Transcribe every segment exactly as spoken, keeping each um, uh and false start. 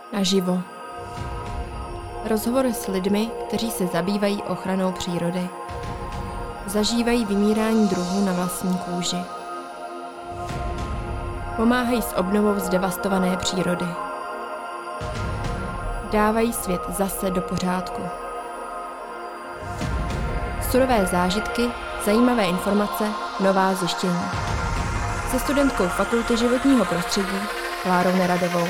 Naživo. Rozhovor s lidmi, kteří se zabývají ochranou přírody. Zažívají vymírání druhů na vlastní kůži. Pomáhají s obnovou zdevastované přírody. Dávají svět zase do pořádku. Surové zážitky, zajímavé informace, nová zjištění. Se studentkou Fakulty životního prostředí Klárou Neradovou.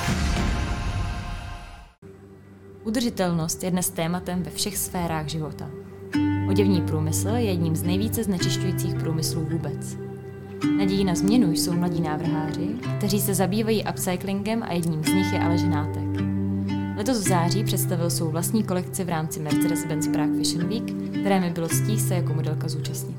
Udržitelnost je dnes tématem ve všech sférách života. Oděvní průmysl je jedním z nejvíce znečišťujících průmyslů vůbec. Nadějí na změnu jsou mladí návrháři, kteří se zabývají upcyklingem a jedním z nich je Aleš Hnátek. Letos v září představil svou vlastní kolekci v rámci Mercedes-Benz Prague Fashion Week, které mi bylo ctí se jako modelka zúčastnit.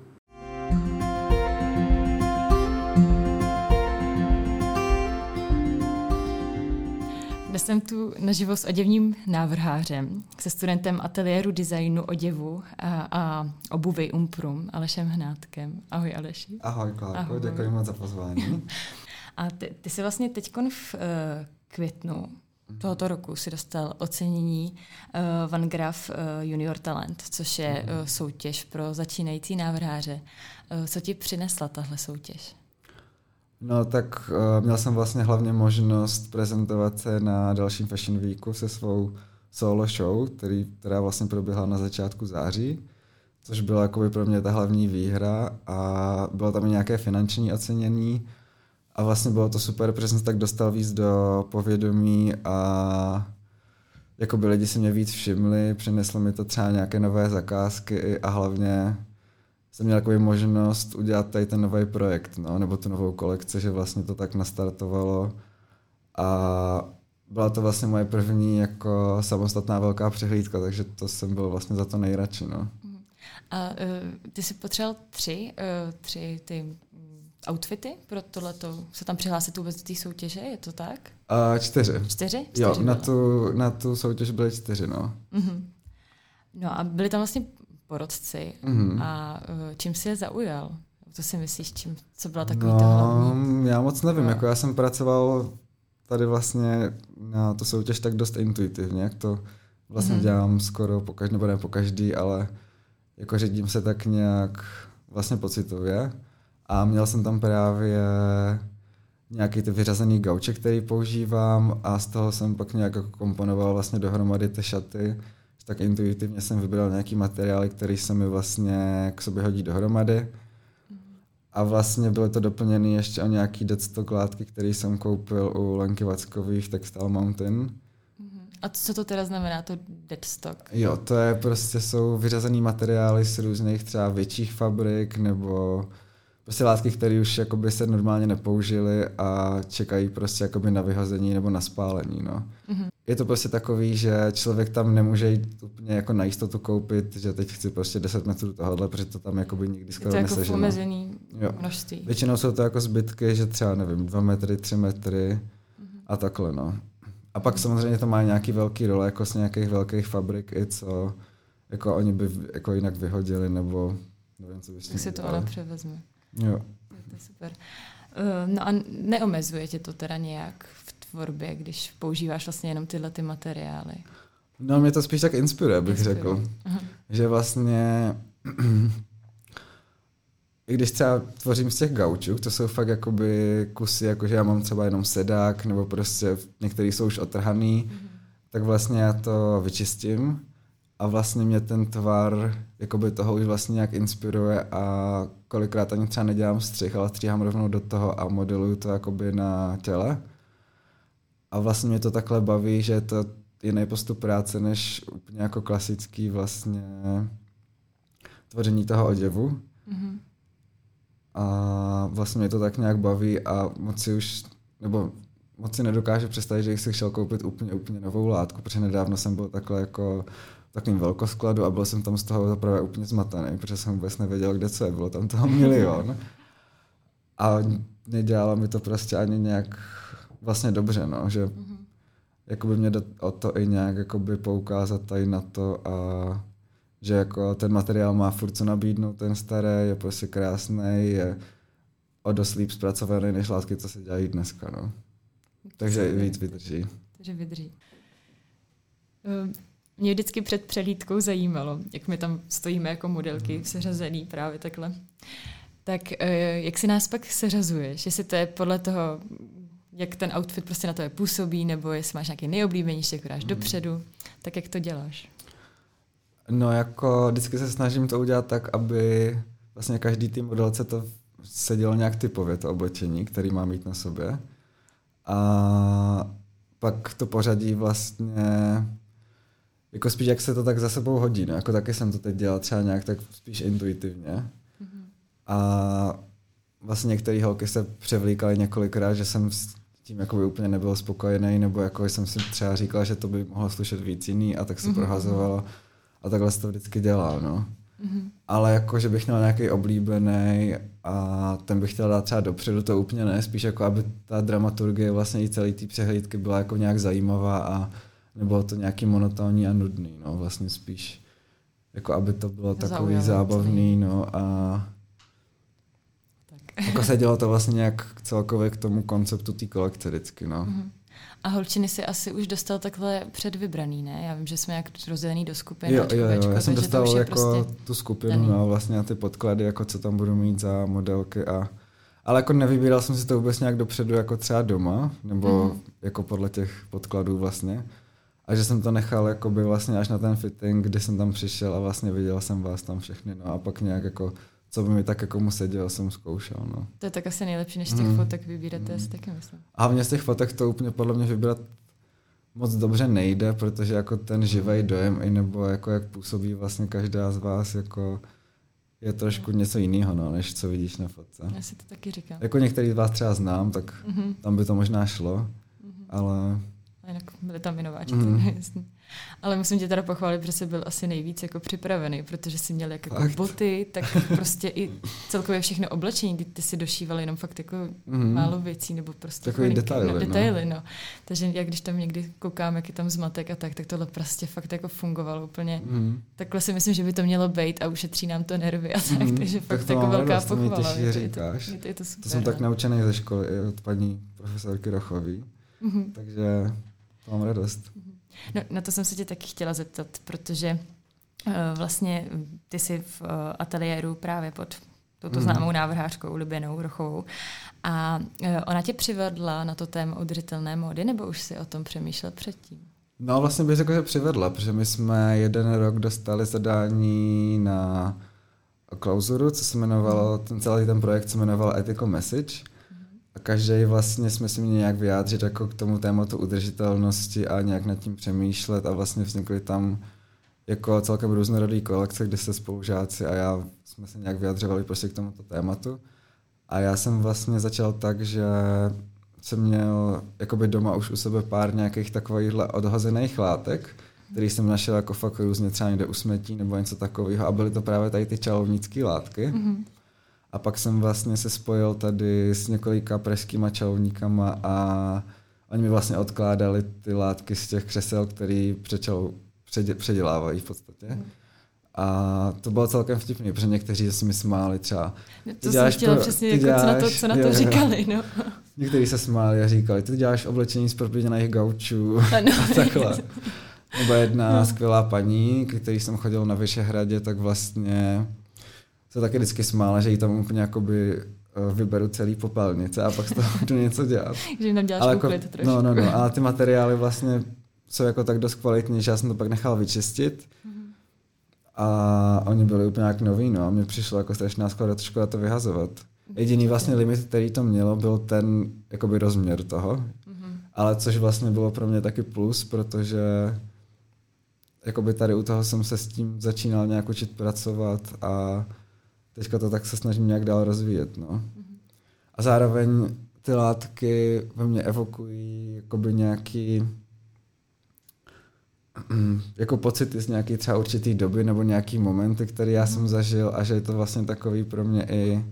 Dnes jsem tu naživo s oděvním návrhářem, se studentem ateliéru designu oděvu a, a obuvy Umprum, Alešem Hnátkem. Ahoj, Aleši. Ahoj, Klárko, děkuji moc za pozvání. A ty, ty jsi vlastně teďkon v uh, květnu tohoto roku si dostal ocenění uh, Van Graff uh, Junior Talent, což je uh, soutěž pro začínající návrháře. Uh, co ti přinesla tahle soutěž? No tak uh, měl jsem vlastně hlavně možnost prezentovat se na dalším Fashion Weeku se svou solo show, který, která vlastně proběhla na začátku září, což byla jakoby pro mě ta hlavní výhra a bylo tam i nějaké finanční ocenění a vlastně bylo to super, protože jsem se tak dostal víc do povědomí a jakoby lidi si mě víc všimli, přineslo mi to třeba nějaké nové zakázky a hlavně jsem měl takovou možnost udělat tady ten nový projekt, no, nebo tu novou kolekci, že vlastně to tak nastartovalo a byla to vlastně moje první jako samostatná velká přehlídka, takže to jsem byl vlastně za to nejradši. No. A uh, ty jsi potřeboval tři, uh, tři ty outfity pro tohleto, se tam přihlásit vůbec do té soutěže, je to tak? Uh, čtyři. Čtyři? Čtyři jo, na tu, na tu soutěž byly čtyři, no. Uh-huh. No a byli tam vlastně porodci. Mm-hmm. A uh, čím jsi je zaujal? Co si myslíš, čím, co byla takový no, to hlavní? Já moc nevím, no. jako já jsem pracoval tady vlastně na tu soutěž tak dost intuitivně, jak to vlastně mm-hmm. dělám skoro po každý, nebo ne po každý, ale jako řídím se tak nějak vlastně pocitově a měl jsem tam právě nějaký ty vyřazený gauče, který používám a z toho jsem pak nějak komponoval vlastně dohromady ty šaty. Tak intuitivně jsem vybral nějaký materiály, který se mi vlastně k sobě hodí dohromady. A vlastně bylo to doplněné ještě o nějaký deadstock látky, který jsem koupil u Lenky Vackový v Textile Mountain. A co to teda znamená, to deadstock? Jo, to je prostě jsou vyřazený materiály z různých třeba větších fabrik nebo prostě látky, které už jakoby se normálně nepoužily a čekají prostě jakoby na vyhození nebo na spálení. No. Mm-hmm. Je to prostě takový, že člověk tam nemůže jít úplně jako na jistotu koupit, že teď chci prostě deset metrů tohohle, protože to tam jakoby nikdy skoro neseženo. Je to jako omezený množství. Většinou jsou to jako zbytky, že třeba nevím, dva metry, tři metry mm-hmm. a takhle. No. A pak mm-hmm. samozřejmě to má nějaký velký role, jako z nějakých velkých fabrik, i co jako oni by jako jinak vyhodili, nebo nevím, co by s tím tak si to ona převezme. Jo. To je super. Uh, no a neomezuje tě to teda nějak v tvorbě, když používáš vlastně jenom tyhle ty materiály? No mě to spíš tak inspiruje, bych inspiruje. řekl. Aha. Že vlastně i když třeba tvořím z těch gaučů, to jsou fakt jakoby kusy, jakože já mám třeba jenom sedák, nebo prostě některý jsou už otrhaný, mm-hmm. tak vlastně já to vyčistím a vlastně mě ten tvar jakoby toho už vlastně nějak inspiruje a kolikrát ani třeba nedělám střih, ale stříhám rovnou do toho a modeluju to jakoby na těle. A vlastně mě to takhle baví, že je to jiný postup práce než úplně jako klasický vlastně tvoření toho oděvu. Mm-hmm. A vlastně mě to tak nějak baví a moc si už, nebo moc si nedokážu představit, že bych si chtěl koupit úplně, úplně novou látku, protože nedávno jsem byl takhle jako v takovým velkoskladu a byl jsem tam z toho zaprvé úplně zmatený, protože jsem vůbec nevěděl, kde co je, bylo tam toho milion. A nedělalo mi to prostě ani nějak vlastně dobře, no, že mm-hmm. jakoby mě jde o to i nějak jakoby poukázat tady na to a že jako ten materiál má furt co nabídnout, ten starý, je prostě krásný, je o dost líp zpracovaný než látky, co se dělají dneska, no. Takže i víc vydrží. takže vydrží. Mě vždycky před přehlídkou zajímalo, jak my tam stojíme jako modelky seřazený právě takhle. Tak jak si nás pak seřazuješ? Jestli to je podle toho, jak ten outfit prostě na to je působí, nebo jestli máš nějaký nejoblíbenější, jak dáš mm. dopředu, tak jak to děláš? No jako vždycky se snažím to udělat tak, aby vlastně každý tým modelce to sedělo nějak typově, to oblečení, který má mít na sobě. A pak to pořadí vlastně jako spíš, jak se to tak za sebou hodí. No? Jako taky jsem to teď dělal třeba nějak tak spíš intuitivně. Mm-hmm. A vlastně některé holky se převlíkaly několikrát, že jsem s tím jakoby úplně nebyl spokojený, nebo jako jsem si třeba říkal, že to by mohlo slušet víc jiný a tak se mm-hmm. prohazovalo. A takhle se to vždycky dělá, no. Mm-hmm. Ale jako, že bych měl nějaký oblíbený a ten bych chtěl dát třeba dopředu, to úplně ne. Spíš jako, aby ta dramaturgie vlastně i celý té přehlídky byla jako nějak zajímavá a nebylo to nějaký monotónní a nudný, no. Vlastně spíš jako, aby to bylo takový Zaujavý, zábavný, no a tak. Jako se dělo to vlastně nějak celkově k tomu konceptu té kolekce vždycky, no. Mm-hmm. A holčiny si asi už dostal takhle předvybraný, ne? Já vím, že jsme jak rozdělený do skupiny. Jo, jo, jo, já jsem dostal jako prostě tu skupinu, daný. No, vlastně a ty podklady, jako co tam budu mít za modelky a ale jako nevybíral jsem si to vůbec nějak dopředu, jako třeba doma, nebo mm. jako podle těch podkladů vlastně. A že jsem to nechal jakoby vlastně až na ten fitting, kdy jsem tam přišel a vlastně viděl jsem vás tam všechny, no a pak nějak jako co by mi tak jako mu sedělo, jsem zkoušel. No. To je tak asi nejlepší, než z těch mm. fotek vybírat, mm. taky myslím. A hlavně z těch fotek to úplně podle mě vybírat moc dobře nejde, protože jako ten živej dojem, i nebo jako jak působí vlastně každá z vás, jako je trošku něco jiného, no, než co vidíš na fotce. Já si to taky říkám. Jako některý z vás třeba znám, tak mm-hmm. tam by to možná šlo, mm-hmm. ale... A jinak byli tam i nováčky, mm-hmm. jasný. Ale musím tě teda pochválit, že jsi byl asi nejvíc jako připravený, protože jsi měl jak jako boty, tak prostě i celkově všechno oblečení, ty, ty si došíval jenom fakt jako mm. málo věcí, nebo prostě takový detaily, no, detaily no. no. Takže jak když tam někdy koukám, jak je tam zmatek a tak, tak tohle prostě fakt jako fungovalo úplně. Mm. Takhle si myslím, že by to mělo být a ušetří nám to nervy a tak, mm. takže fakt tak jako velká radost, pochvala. To, říkáš. Je to, je to, super, to jsem no. tak naučený ze školy i od paní profesorky Rochový, mm-hmm. takže mám radost. Mm-hmm. No, na to jsem se tě taky chtěla zeptat, protože uh, vlastně ty jsi v uh, ateliéru právě pod touto mm. známou návrhářkou Liběnou Rochovou a uh, ona tě přivedla na to téma udržitelné módy, nebo už si o tom přemýšlel předtím? No vlastně bych řekl, že přivedla, protože my jsme jeden rok dostali zadání na klauzuru, co se jmenovalo, mm. ten celý ten projekt se jmenoval Ethical Message. A každý vlastně jsme si měli nějak vyjádřit jako k tomu tématu udržitelnosti a nějak nad tím přemýšlet a vlastně vznikly tam jako celkem různorodý kolekce, kde se spolužáci a já jsme se nějak vyjadřovali prostě k tomuto tématu. A já jsem vlastně začal tak, že jsem měl jakoby doma už u sebe pár nějakých takovýchhle odhozených látek, který jsem našel jako fakt různě třeba někde u smetí nebo něco takového a byly to právě tady ty čalovnické látky. Mm-hmm. A pak jsem vlastně se spojil tady s několika pražskýma čalovníkama a oni mi vlastně odkládali ty látky z těch křesel, který přečal, předě, předělávají v podstatě. Mm. A to bylo celkem vtipný, protože někteří si mi smáli třeba. To jsem chtěla pro, přesně, jako děláš, co na to, co na to jo, říkali. No. Někteří se smáli a říkali, ty děláš oblečení z propěděných gaučů a takhle. Nebo jedna no. skvělá paní, který jsem chodil na Vyšehradě, tak vlastně se taky vždycky smála, že jí tam úplně jakoby vyberu celý popelnice a pak z toho jdu něco dělat. Že jim tam děláš ale úklid jako, trošku. No, no, no, ale ty materiály vlastně jsou jako tak dost kvalitní, že já jsem to pak nechal vyčistit mm-hmm. a oni byli úplně jak noví, no a mně přišlo jako strašná škoda, škoda to vyhazovat. Jediný vlastně limit, který to mělo, byl ten jakoby rozměr toho, mm-hmm. ale což vlastně bylo pro mě taky plus, protože jakoby tady u toho jsem se s tím začínal nějak učit pracovat a teďka to tak se snažím nějak dál rozvíjet, no. Mm-hmm. A zároveň ty látky ve mně evokují jakoby nějaký jako pocity z nějaký třeba určitý doby nebo nějaký momenty, které já mm-hmm. jsem zažil a že je to vlastně takový pro mě i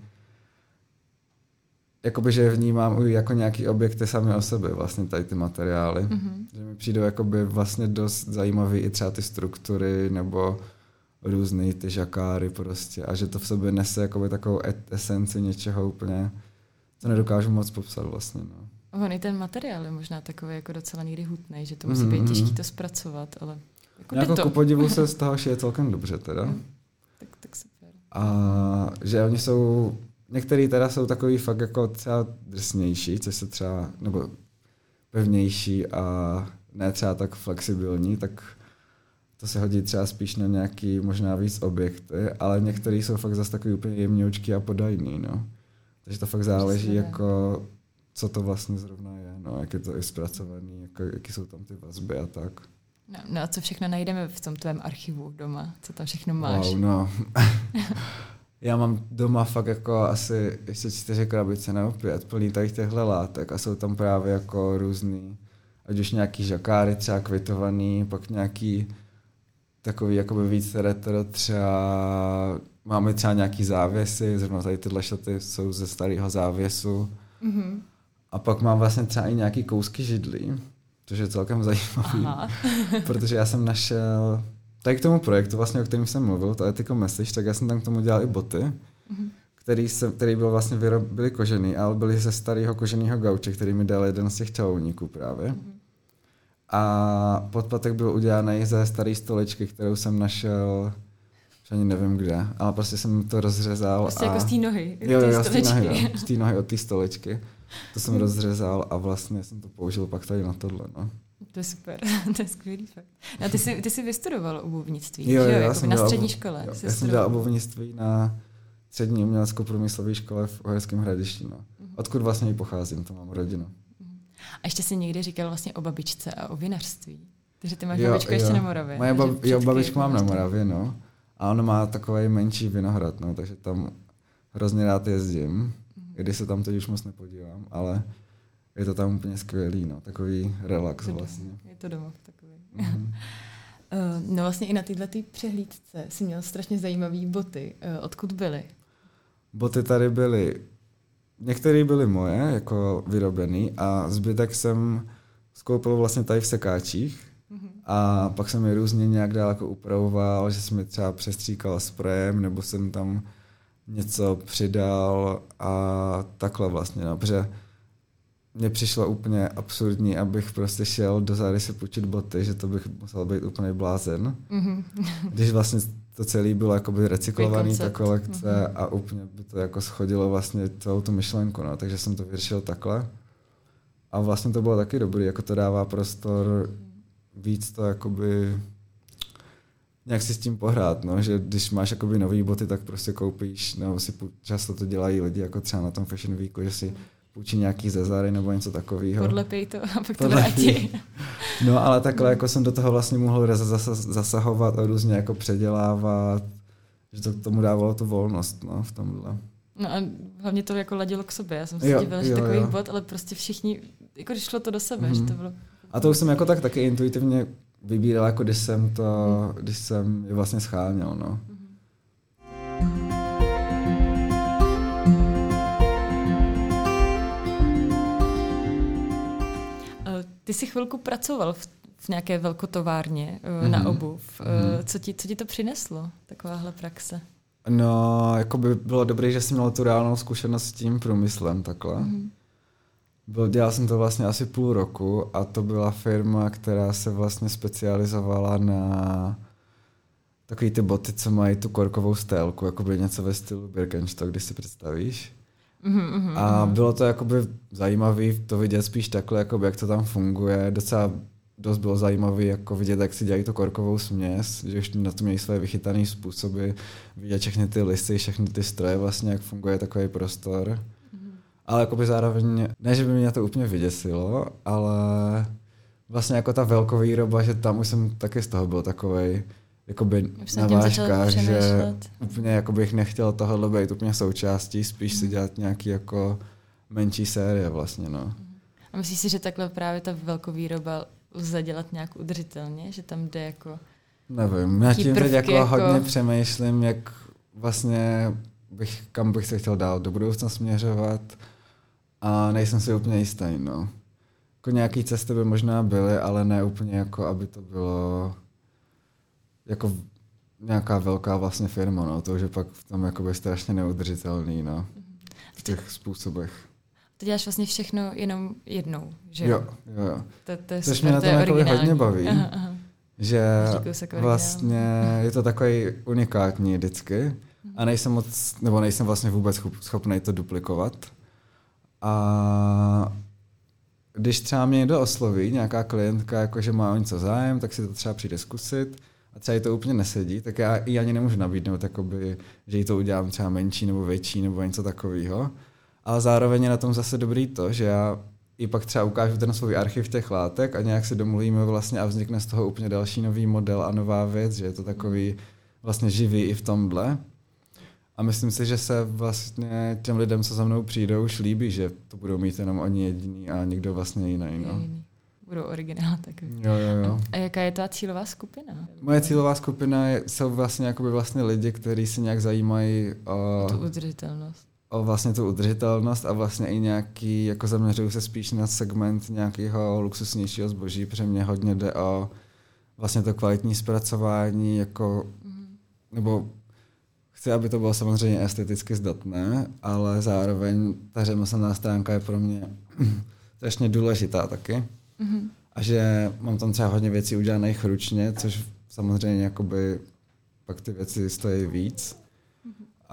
jakoby, že je vnímám jako nějaký objekty sami o sobě, vlastně tady ty materiály. Mm-hmm. Že mi přijdou jakoby vlastně dost zajímavý i třeba ty struktury nebo různý ty žakáry prostě a že to v sobě nese jakoby takovou esenci něčeho úplně, co nedokážu moc popsat vlastně, no. On i ten materiál je možná takový jako docela někdy hutnej, že to musí být mm-hmm. těžký to zpracovat, ale jako jako to. Ku podivu se z toho šije celkem dobře teda. Mm, tak, tak super. A že oni jsou, některý teda jsou takový fakt jako třeba drsnější, což se třeba, nebo pevnější a ne třeba tak flexibilní, tak to se hodí třeba spíš na nějaký možná víc objekty, ale některý jsou fakt zase takový úplně jemňoučký a podajný, no. Takže to fakt záleží, jako, co to vlastně zrovna je, no, jak je to i zpracovaný, jako, jaký jsou tam ty vazby a tak. No, no a co všechno najdeme v tom tvém archivu doma? Co tam všechno máš? Wow, no. Já mám doma fakt jako asi ještě čtyři krabice nebo pět plný tady těchto látek a jsou tam právě jako různý, ať už nějaký žakáry třeba kvitovaný, pak nějaký takový jakoby víc retro, třeba máme třeba nějaký závěsy, zrovna tady tyhle šaty jsou ze starého závěsu. Mm-hmm. A pak mám vlastně třeba i nějaký kousky židlí, což je celkem zajímavý, protože já jsem našel, tady k tomu projektu, vlastně, o kterém jsem mluvil, to Ethical Message, tak já jsem tam k tomu dělal i boty, mm-hmm. který, jsem, který byl vlastně vyrob, byly kožený, ale byly ze starého koženého gauče, který mi dal jeden z těch čalouníků právě. Mm-hmm. A podpatek byl udělaný ze staré stoličky, kterou jsem našel, že ani nevím kde, ale prostě jsem to rozřezal. Prostě a... jako z té nohy, jo, jo, z té nohy, no, z té nohy od té stoličky. To jsem rozřezal a vlastně jsem to použil pak tady na tohle, no. To je super, to je skvělý fakt. No, ty jsi, ty jsi vystudoval obuvnictví, jo, jo, že jo, já jako jsem na dělal, střední škole. Jo, já jsem dělal obuvnictví na střední umělecko-průmyslové škole v Uherském Hradišti, no. Uh-huh. Odkud vlastně i pocházím, to mám rodinu. A ještě jsi někdy říkal vlastně o babičce a o vinařství. Takže ty máš jo, babičku jo. ještě na Moravě. Moje bab, jo, babičku mám na Moravě, no. A ona má takový menší vinohrad, no, takže tam hrozně rád jezdím. Mm. I když se tam teď už moc nepodívám, ale je to tam úplně skvělý, no. Takový relax to vlastně. Je to domov takový. Mm. No vlastně i na této přehlídce jsi měl strašně zajímavý boty. Odkud byly? Boty tady byly, některé byly moje, jako vyrobený, a zbytek jsem skoupil vlastně tady v Sekáčích. Mm-hmm. A pak jsem je různě nějak dál jako upravoval, že jsem je třeba přestříkal sprejem, nebo jsem tam něco přidal a takhle vlastně, no, protože mně přišlo úplně absurdní, abych prostě šel do zády si půjčit boty, že to bych musel být úplně blázen. Mm-hmm. Když vlastně to celé bylo jakoby recyklovaný, ta kolekce, mm-hmm. a úplně by to jako schodilo vlastně celou tu myšlenku, no, takže jsem to vyřešil takhle. A vlastně to bylo taky dobrý, jako to dává prostor víc to jakoby nějak si s tím pohrát, no, že když máš jakoby nový boty, tak prostě koupíš, nebo si půj, často to dělají lidi, jako třeba na tom Fashion Weeku, že si půjčí nějaký ze Zary nebo něco takového. Podlepej to a pak to vrátí. No, ale takhle jako jsem do toho vlastně mohl zasahovat a různě jako předělávat, že to k tomu dávalo tu volnost, no, v tomhle. No a hlavně to jako ladilo k sobě, já jsem si dívala, že takový bod, ale prostě všichni, jako když šlo to do sebe, mm. že to bylo... A to už jsem jako tak taky intuitivně vybíral, jako když jsem to, mm. když jsem je vlastně scháněl, no. Mm. Ty jsi chvilku pracoval v, v nějaké velkotovárně mm. na obuv. Mm. Co ti, co ti to přineslo, takováhle praxe? No, jako by bylo dobré, že jsem měl tu reálnou zkušenost s tím průmyslem, takhle. Mm. Byl, dělal jsem to vlastně asi půl roku a to byla firma, která se vlastně specializovala na takový ty boty, co mají tu korkovou stélku, jakoby něco ve stylu Birkenstock, když si představíš. Mm-hmm, a bylo to jakoby zajímavý to vidět spíš takhle, jakoby, jak to tam funguje. Docela dost bylo zajímavý jako vidět, jak si dělají tu korkovou směs, že už na to měli své vychytané způsoby, vidět všechny ty listy, všechny ty stroje, vlastně, jak funguje takový prostor. Mm-hmm. Ale jakoby zároveň, ne, že by mě to úplně vyděsilo, ale vlastně jako ta velkovýroba, že tam už jsem taky z toho byl takovej jakoby na vážkách, že úplně jako bych nechtěl tohle být úplně součástí, spíš mm. si dělat nějaký jako menší série vlastně, no. A myslíš si, že takhle právě ta velkovýroba lze dělat nějak udržitelně, že tam jde jako... Nevím, já tím teď jako, jako hodně přemýšlím, jak vlastně bych, kam bych se chtěl dál do budoucna směřovat a nejsem si úplně jistý, no. Jako nějaký cesty by možná byly, ale ne úplně jako, aby to bylo jako nějaká velká vlastně firma, no, to už je pak tam jakoby strašně neudržitelný, no, v těch způsobech. to děláš vlastně všechno jenom jednou, že jo? Jo, jo. To, to je Což super, mě na tom jako hodně baví, aha, aha. že vlastně je to takový unikátní vždycky a nejsem moc, nebo nejsem vlastně vůbec schopný to duplikovat. A když třeba mě někdo osloví, nějaká klientka, jako že má o něco zájem, tak si to třeba přijde zkusit a třeba jí to úplně nesedí, tak já i ani nemůžu nabídnout, jakoby, že jí to udělám třeba menší nebo větší nebo něco takového. Ale zároveň je na tom zase dobrý to, že já i pak třeba ukážu ten svůj archiv těch látek a nějak si domluvíme vlastně a vznikne z toho úplně další nový model a nová věc, že je to takový vlastně živý i v tomhle. A myslím si, že se vlastně těm lidem, co za mnou přijdou, už líbí, že to budou mít jenom oni jediný a někdo vlastně jiný. No. Budou originál takový. Jo, jo, jo. A jaká je ta cílová skupina? Moje cílová skupina je, jsou vlastně jakoby vlastně lidi, kteří si nějak zajímají o tu udržitelnost. O vlastně tu udržitelnost a vlastně i nějaký, jako zaměřuju se spíš na segment nějakého luxusnějšího zboží, protože mě hodně jde o vlastně to kvalitní zpracování, jako, mm. nebo chci, aby to bylo samozřejmě esteticky zdatné, ale zároveň ta řemeslná stránka je pro mě strašně důležitá taky. Mm. A že mám tam třeba hodně věcí udělaných ručně, což samozřejmě jakoby pak ty věci stojí víc. Mm.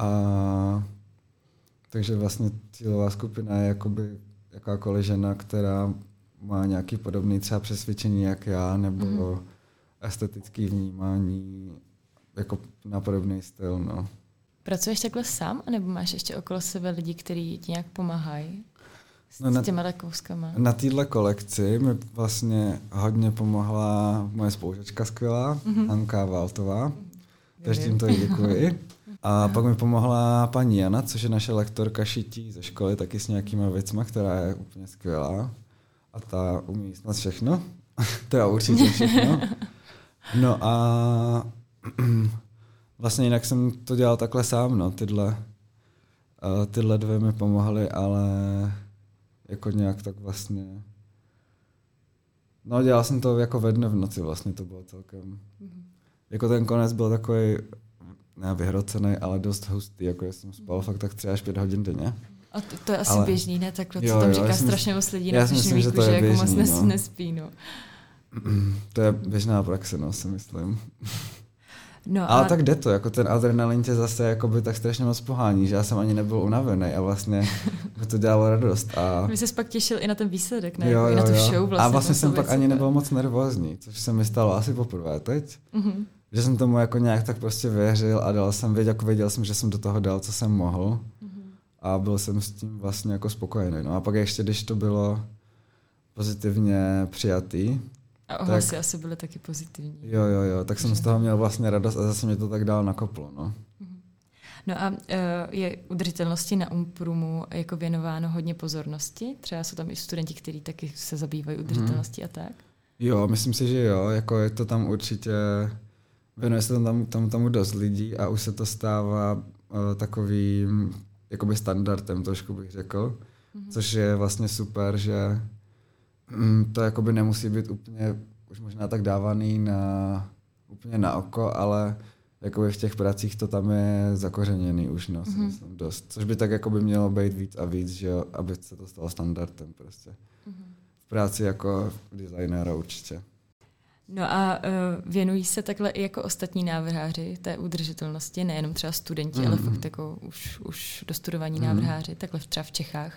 A takže vlastně cílová skupina je jakoby jakákoliv žena, která má nějaký podobný třeba přesvědčení jak já, nebo mm. estetické vnímání jako na podobný styl. No. Pracuješ takhle sám, nebo máš ještě okolo sebe lidi, kteří ti nějak pomáhají s, no na, s těma rakouskama? Na téhle kolekci mi vlastně hodně pomohla moje spolužačka skvělá, mm-hmm. Hanka Váltová. Takže tímto jí děkuji. A pak mi pomohla paní Jana, což je naše lektorka šití ze školy, taky s nějakýma věcma, která je úplně skvělá. A ta umí snad všechno. Teda určitě všechno. No a vlastně jinak jsem to dělal takhle sám, no. Tyhle, tyhle dvě mi pomohly, ale jako nějak tak vlastně... No dělal jsem to jako ve dne v noci vlastně, to bylo celkem... Jako ten konec byl takový ne vyhrocený, ale dost hustý, jako jsem spal fakt tak tři až pět hodin denně. A to, to je asi ale... běžný, ne? Takhle, co jo, tam říká strašně moc lidí na dnešním výku, že, že jako moc nes, no. nespí, no. To je běžná praxe, no, si myslím. No ale a... tak jde to, jako ten adrenalin tě zase jakoby tak strašně moc pohání, že já jsem ani nebyl unavený a vlastně mi to dělalo radost. A... Vy jsi pak těšil i na ten výsledek, ne? Jo, jo, i na tu jo. show vlastně. A vlastně jsem pak ani nebyl moc nervózní, což se mi stalo asi poprvé teď. Mm-hmm. Že jsem tomu jako nějak tak prostě věřil a dal jsem, věděl, jako věděl jsem, že jsem do toho dal, co jsem mohl. Mm-hmm. A byl jsem s tím vlastně jako spokojený. No a pak ještě, když to bylo pozitivně přijatý, a ohlasy tak, asi byly taky pozitivní. Jo, jo, jo, tak jsem z toho měl vlastně radost a zase mě to tak dál nakoplo, no. No a uh, je udržitelnosti na Umpromu jako věnováno hodně pozornosti? Třeba jsou tam i studenti, kteří taky se zabývají udržitelností hmm. a tak? Jo, myslím si, že jo, jako je to tam určitě, věnuje se tam, tam tomu dost lidí a už se to stává uh, takovým jakoby standardem, trošku bych řekl, hmm. což je vlastně super, že to jakoby nemusí být úplně už možná tak dávaný na, úplně na oko, ale jakoby v těch pracích to tam je zakořeněný už, no, mm-hmm. myslím dost. Což by tak jakoby mělo být víc a víc, že jo, aby se to stalo standardem prostě. Mm-hmm. V práci jako designéra určitě. No a uh, věnují se takhle i jako ostatní návrháři té udržitelnosti, nejenom třeba studenti, mm-hmm. ale fakt jako už, už dostudovaní mm-hmm. návrháři, takhle třeba v Čechách?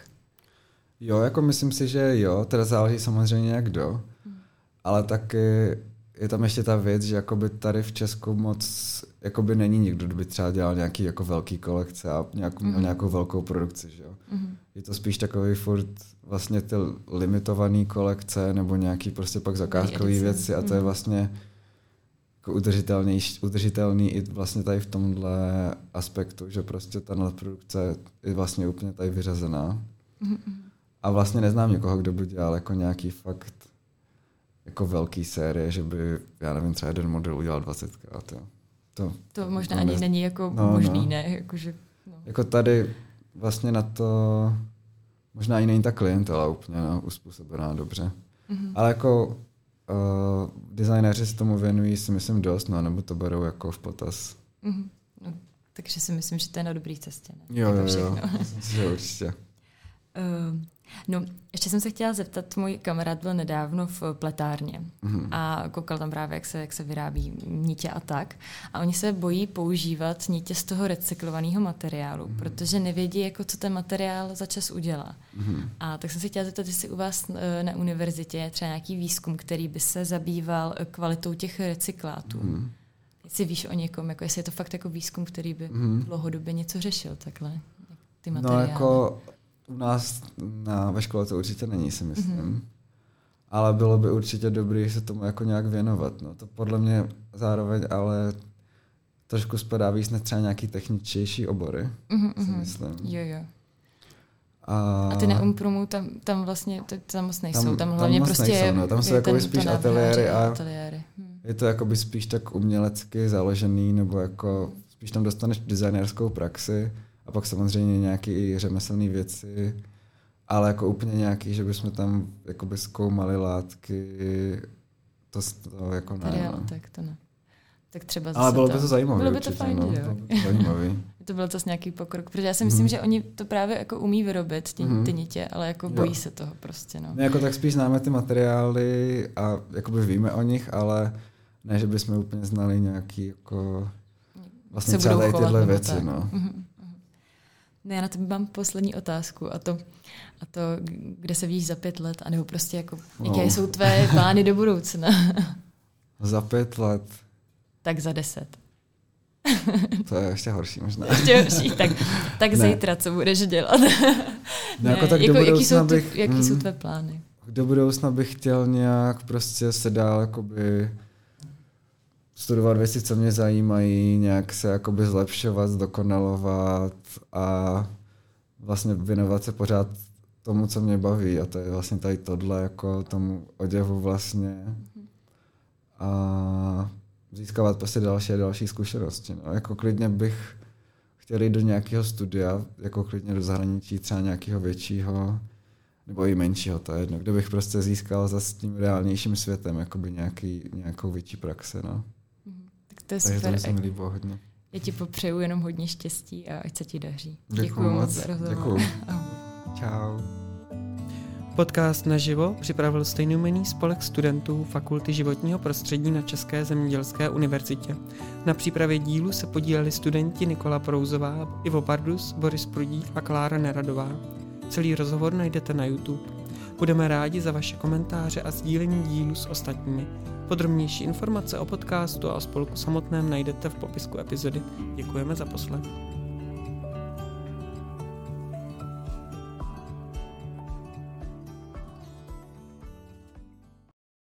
Jo, jako myslím si, že jo, teda záleží samozřejmě jak kdo, hmm. ale taky je tam ještě ta věc, že jakoby tady v Česku moc jakoby není nikdo, kdo by třeba dělal nějaký jako velký kolekce a nějakou, hmm. nějakou velkou produkci, že jo. Hmm. Je to spíš takový furt vlastně ty limitované kolekce nebo nějaký prostě pak zakázkový věci a to je vlastně jako udržitelný, udržitelný i vlastně tady v tomhle aspektu, že prostě ta produkce je vlastně úplně tady vyřazená. Hmm. A vlastně neznám někoho, kdo by dělal jako nějaký fakt jako velký série, že by, já nevím, třeba jeden model udělal dvacetkrát. Jo. To, to možná to ani nez... není jako no, možný, no. ne? Jakože, no. Jako tady vlastně na to možná i není ta klientela úplně no, uspůsobená dobře. Mm-hmm. Ale jako uh, designéři se tomu věnují si myslím dost, no, nebo to berou jako v potaz. Mm-hmm. No, takže si myslím, že to je na dobrý cestě. Ne? Jo, jo, jo. Myslím si, že určitě. Uh, No, ještě jsem se chtěla zeptat, můj kamarád byl nedávno v pletárně mm. a koukal tam právě, jak se, jak se vyrábí nitě a tak. A oni se bojí používat nitě z toho recyklovaného materiálu, mm. protože nevědí, jako, co ten materiál za čas udělá. Mm. A tak jsem se chtěla zeptat, jestli u vás na univerzitě je třeba nějaký výzkum, který by se zabýval kvalitou těch recyklátů. Mm. Jestli víš o někom, jako jestli je to fakt jako výzkum, který by mm. dlouhodobě něco řešil takhle, ty materiály. No jako u nás na, ve škole to určitě není, si myslím. Mm-hmm. Ale bylo by určitě dobré se tomu jako nějak věnovat. No. To podle mě zároveň ale trošku spadá víc na třeba nějaký techničtější obory, mm-hmm. si myslím. Jo, jo. A, a ty na Umpromu tam, tam vlastně to, tam moc nejsou. Tam, tam hlavně tam prostě nejsou, no. Tam jsou jako spíš ateliéry a ateliéry. Hm. je to jakoby spíš tak umělecky založený, nebo jako spíš tam dostaneš designérskou praxi a pak samozřejmě nějaké řemeslné věci, ale jako úplně nějaký, že bychom tam jakoby zkoumali látky, to, to jako ne. No. Tak to ne. Tak třeba ale bylo by to zajímavé. Bylo by určitě, to fajn, no. jo. Bylo by to zajímavý. To byl zase nějaký pokrok, protože já si myslím, mm. že oni to právě jako umí vyrobit, ty, mm. ty nitě, ale jako bojí jo. se toho prostě. No. My jako tak spíš známe ty materiály a jakoby víme o nich, ale ne, že bychom úplně znali nějaký jako vlastně třeba tady tyhle věci. No. Mm. No, já na tebe mám poslední otázku a to, a to, kde se vidíš za pět let, anebo prostě jako, jaké no. jsou tvé plány do budoucna? Za pět let. Tak za deset. To je ještě horší možná. Ještě horší, tak, tak zítra, co budeš dělat? Ne, jako tak jako, jaký jsou, bych, jaký mm, jsou tvé plány? Do budoucna bych chtěl nějak prostě se dál jakoby studovat věci, co mě zajímají, nějak se jakoby zlepšovat, zdokonalovat a vlastně věnovat se pořád tomu, co mě baví, a to je vlastně tady tohle, jako tomu oděvu vlastně. A získávat prostě další a další zkušenosti. No. Jako klidně bych chtěl jít do nějakého studia, jako klidně do zahraničí, třeba nějakého většího, nebo i menšího, to je jedno, kde bych prostě získal za s tím reálnějším světem jakoby nějaký, nějakou větší praxi. No. Tak to je takže super. To se mi líbilo hodně. Já ti popřeju jenom hodně štěstí a ať se ti daří. Děkuju moc za rozhovor. Děkuju. Čau. Podcast Naživo připravil stejnojmenný spolek studentů Fakulty životního prostředí na České zemědělské univerzitě. Na přípravě dílu se podíleli studenti Nikola Prouzová, Ivo Bardus, Boris Prudík a Klára Neradová. Celý rozhovor najdete na YouTube. Budeme rádi za vaše komentáře a sdílení dílu s ostatními. Podrobnější informace o podcastu a o spolku samotném najdete v popisku epizody. Děkujeme za poslech.